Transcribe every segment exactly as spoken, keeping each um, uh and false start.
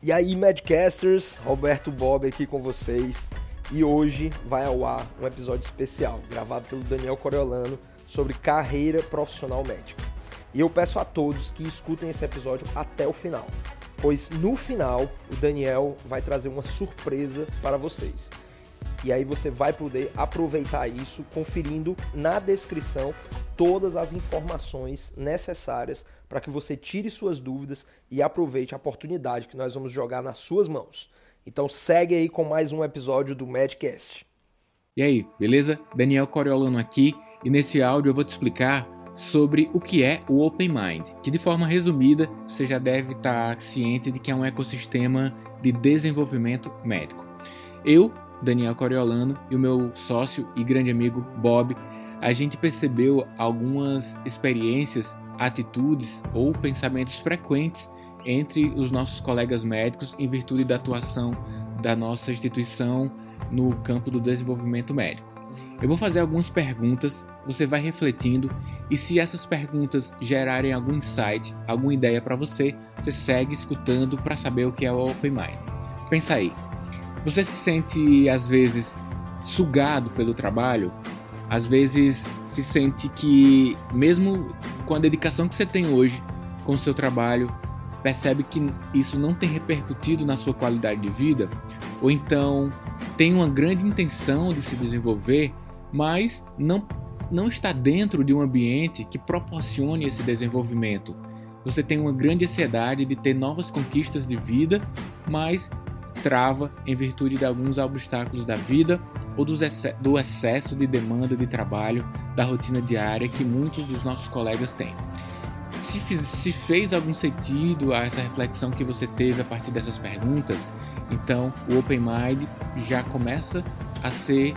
E aí, Madcasters, Roberto Bob aqui com vocês. E hoje vai ao ar um episódio especial, gravado pelo Daniel Coriolano, sobre carreira profissional médica. E eu peço a todos que escutem esse episódio até o final, pois no final o Daniel vai trazer uma surpresa para vocês. E aí você vai poder aproveitar isso conferindo na descrição todas as informações necessárias para que você tire suas dúvidas e aproveite a oportunidade que nós vamos jogar nas suas mãos. Então segue aí com mais um episódio do Madcast. E aí, beleza? Daniel Coriolano aqui, e nesse áudio eu vou te explicar sobre o que é o Open Mind, que de forma resumida você já deve estar ciente de que é um ecossistema de desenvolvimento médico. Eu, Daniel Coriolano, e o meu sócio e grande amigo Bob, a gente percebeu algumas experiências, atitudes ou pensamentos frequentes entre os nossos colegas médicos em virtude da atuação da nossa instituição no campo do desenvolvimento médico. Eu vou fazer algumas perguntas, você vai refletindo e se essas perguntas gerarem algum insight, alguma ideia para você, você segue escutando para saber o que é o Open Mind. Pensa aí, você se sente às vezes sugado pelo trabalho? Às vezes se sente que mesmo com a dedicação que você tem hoje com o seu trabalho, percebe que isso não tem repercutido na sua qualidade de vida? Ou então tem uma grande intenção de se desenvolver, mas não, não está dentro de um ambiente que proporcione esse desenvolvimento. Você tem uma grande ansiedade de ter novas conquistas de vida, mas trava em virtude de alguns obstáculos da vida ou do excesso de demanda de trabalho, da rotina diária que muitos dos nossos colegas têm. Se, se fez algum sentido a essa reflexão que você teve a partir dessas perguntas, então o Open Mind já começa a ser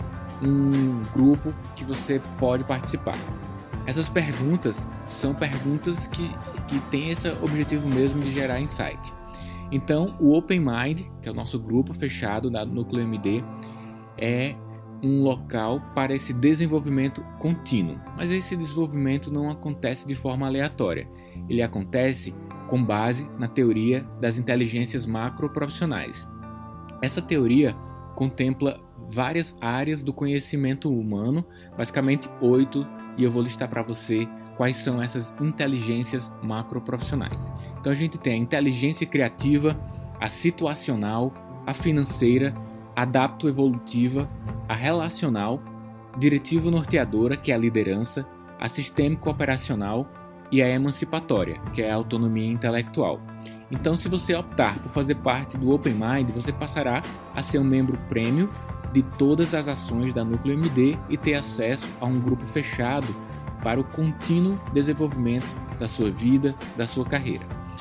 um grupo que você pode participar. Essas perguntas são perguntas que, que têm esse objetivo mesmo de gerar insight. Então o Open Mind, que é o nosso grupo fechado da Núcleo M D, é um local para esse desenvolvimento contínuo, mas esse desenvolvimento não acontece de forma aleatória, ele acontece com base na teoria das inteligências macroprofissionais. Essa teoria contempla várias áreas do conhecimento humano, basicamente oito, e eu vou listar para você quais são essas inteligências macroprofissionais. Então a gente tem a inteligência criativa, a situacional, a financeira, a adapto-evolutiva, a relacional, diretivo-norteadora, que é a liderança, a sistêmico-operacional e a emancipatória, que é a autonomia intelectual. Então, se você optar por fazer parte do Open Mind, você passará a ser um membro prêmio de todas as ações da Núcleo M D e ter acesso a um grupo fechado para o contínuo desenvolvimento da sua vida, da sua carreira.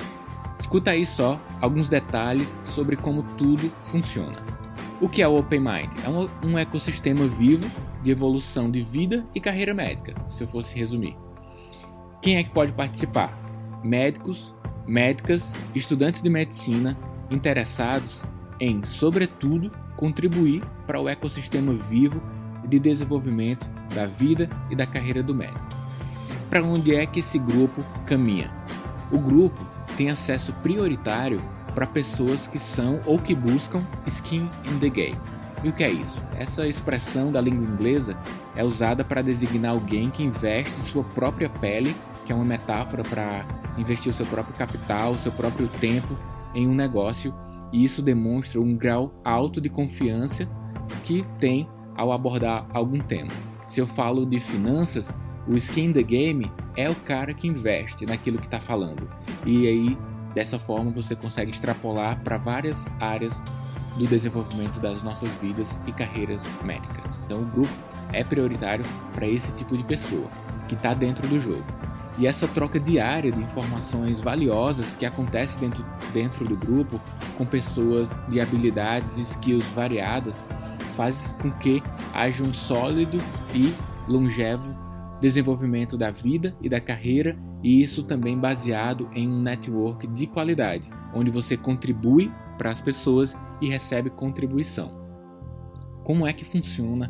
Escuta aí só alguns detalhes sobre como tudo funciona. O que é o Open Mind? É um, um ecossistema vivo de evolução de vida e carreira médica, se eu fosse resumir. Quem é que pode participar? Médicos, médicas, estudantes de medicina, interessados em, sobretudo, contribuir para o ecossistema vivo de desenvolvimento da vida e da carreira do médico. Para onde é que esse grupo caminha? O grupo tem acesso prioritário para pessoas que são ou que buscam skin in the game. E o que é isso? Essa expressão da língua inglesa é usada para designar alguém que investe sua própria pele, que é uma metáfora para investir o seu próprio capital, o seu próprio tempo em um negócio, e isso demonstra um grau alto de confiança que tem ao abordar algum tema. Se eu falo de finanças, o skin in the game é o cara que investe naquilo que está falando. E aí, dessa forma, você consegue extrapolar para várias áreas do desenvolvimento das nossas vidas e carreiras médicas. Então, o grupo é prioritário para esse tipo de pessoa que está dentro do jogo. E essa troca diária de informações valiosas que acontece dentro, dentro do grupo, com pessoas de habilidades e skills variadas, faz com que haja um sólido e longevo desenvolvimento da vida e da carreira, e isso também baseado em um network de qualidade, onde você contribui para as pessoas e recebe contribuição. Como é que funciona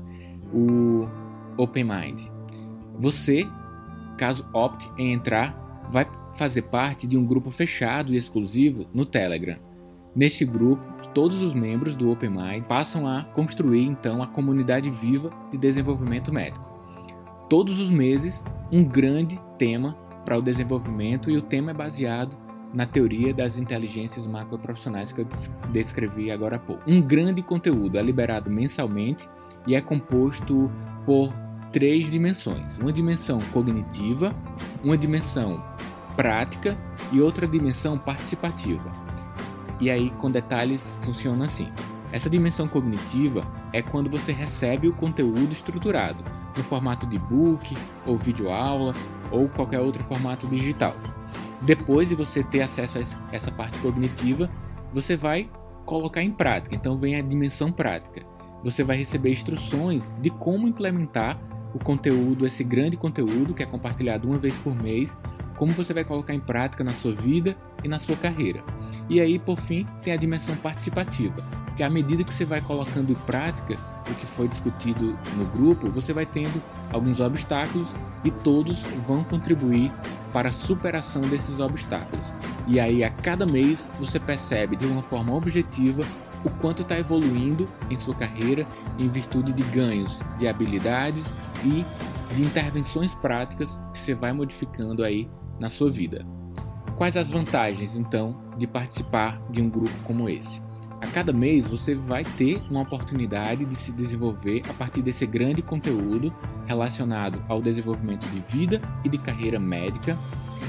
o Open Mind? Você, caso opte em entrar, vai fazer parte de um grupo fechado e exclusivo no Telegram. Neste grupo, todos os membros do Open Mind passam a construir então a comunidade viva de desenvolvimento médico. Todos os meses, um grande tema para o desenvolvimento, e o tema é baseado na teoria das inteligências macroprofissionais que eu descrevi agora há pouco. Um grande conteúdo é liberado mensalmente e é composto por três dimensões: uma dimensão cognitiva, uma dimensão prática e outra dimensão participativa. E aí, com detalhes, funciona assim. Essa dimensão cognitiva é quando você recebe o conteúdo estruturado, no formato de e-book, ou videoaula, ou qualquer outro formato digital. Depois de você ter acesso a essa parte cognitiva, você vai colocar em prática. Então vem a dimensão prática. Você vai receber instruções de como implementar o conteúdo, esse grande conteúdo que é compartilhado uma vez por mês, como você vai colocar em prática na sua vida e na sua carreira. E aí, por fim, tem a dimensão participativa, que à medida que você vai colocando em prática o que foi discutido no grupo, você vai tendo alguns obstáculos e todos vão contribuir para a superação desses obstáculos. E aí, a cada mês, você percebe de uma forma objetiva o quanto está evoluindo em sua carreira em virtude de ganhos de habilidades e de intervenções práticas que você vai modificando aí na sua vida. Quais as vantagens, então, de participar de um grupo como esse? A cada mês você vai ter uma oportunidade de se desenvolver a partir desse grande conteúdo relacionado ao desenvolvimento de vida e de carreira médica,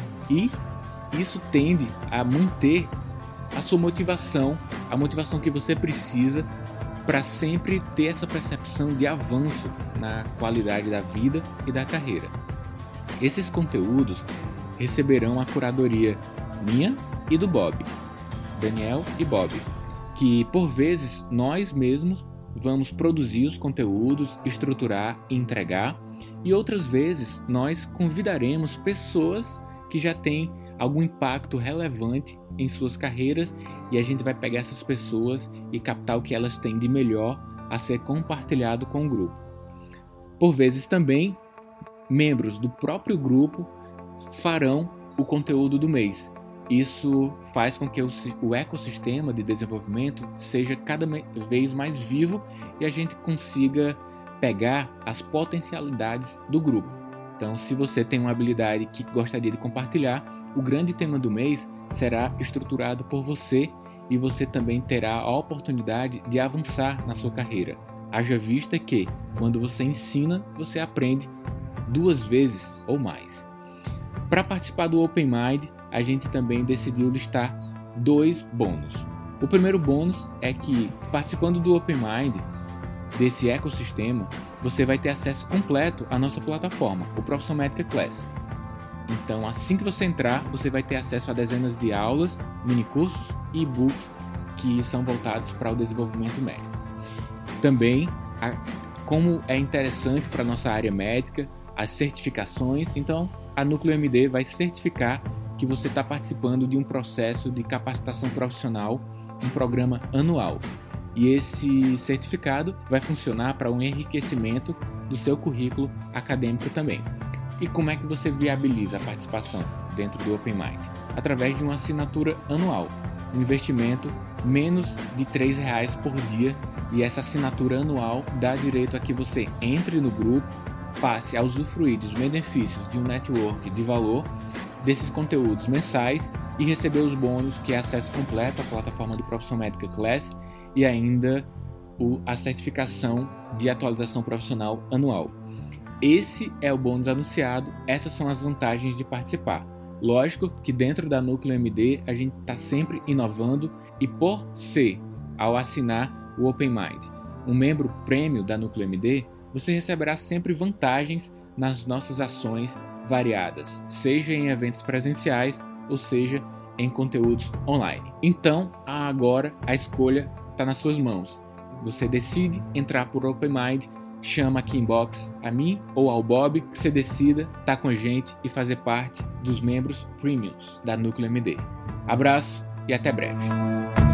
e isso tende a manter a sua motivação, a motivação que você precisa para sempre ter essa percepção de avanço na qualidade da vida e da carreira. Esses conteúdos receberão a curadoria minha e do Bob, Daniel e Bob, que por vezes nós mesmos vamos produzir os conteúdos, estruturar e entregar, e outras vezes nós convidaremos pessoas que já têm algum impacto relevante em suas carreiras, e a gente vai pegar essas pessoas e captar o que elas têm de melhor a ser compartilhado com o grupo. Por vezes também, membros do próprio grupo farão o conteúdo do mês. Isso faz com que o ecossistema de desenvolvimento seja cada vez mais vivo e a gente consiga pegar as potencialidades do grupo. Então, se você tem uma habilidade que gostaria de compartilhar, o grande tema do mês será estruturado por você e você também terá a oportunidade de avançar na sua carreira. Haja vista que, quando você ensina, você aprende duas vezes ou mais. Para participar do Open Mind, a gente também decidiu listar dois bônus. O primeiro bônus é que, participando do Open Mind, desse ecossistema, você vai ter acesso completo à nossa plataforma, o Profissão Médica Class. Então, assim que você entrar, você vai ter acesso a dezenas de aulas, minicursos e e-books que são voltados para o desenvolvimento médico. Também, como é interessante para a nossa área médica, as certificações. Então, a Núcleo M D vai certificar que você está participando de um processo de capacitação profissional, um programa anual. E esse certificado vai funcionar para um enriquecimento do seu currículo acadêmico também. E como é que você viabiliza a participação dentro do Open Mind? Através de uma assinatura anual, um investimento menos de três reais por dia, e essa assinatura anual dá direito a que você entre no grupo, passe a usufruir dos benefícios de um network de valor, desses conteúdos mensais e receber os bônus, que é acesso completo à plataforma do Profissão Médica Class e ainda o, a certificação de atualização profissional anual. Esse é o bônus anunciado, essas são as vantagens de participar. Lógico que dentro da Núcleo M D a gente está sempre inovando, e por ser, ao assinar o Open Mind, um membro prêmio da Núcleo M D, você receberá sempre vantagens nas nossas ações variadas, seja em eventos presenciais ou seja em conteúdos online. Então, agora a escolha está nas suas mãos. Você decide entrar por Open Mind, chama aqui inbox a mim ou ao Bob, que você decida estar com a gente e fazer parte dos membros premiums da Núcleo M D. Abraço e até breve.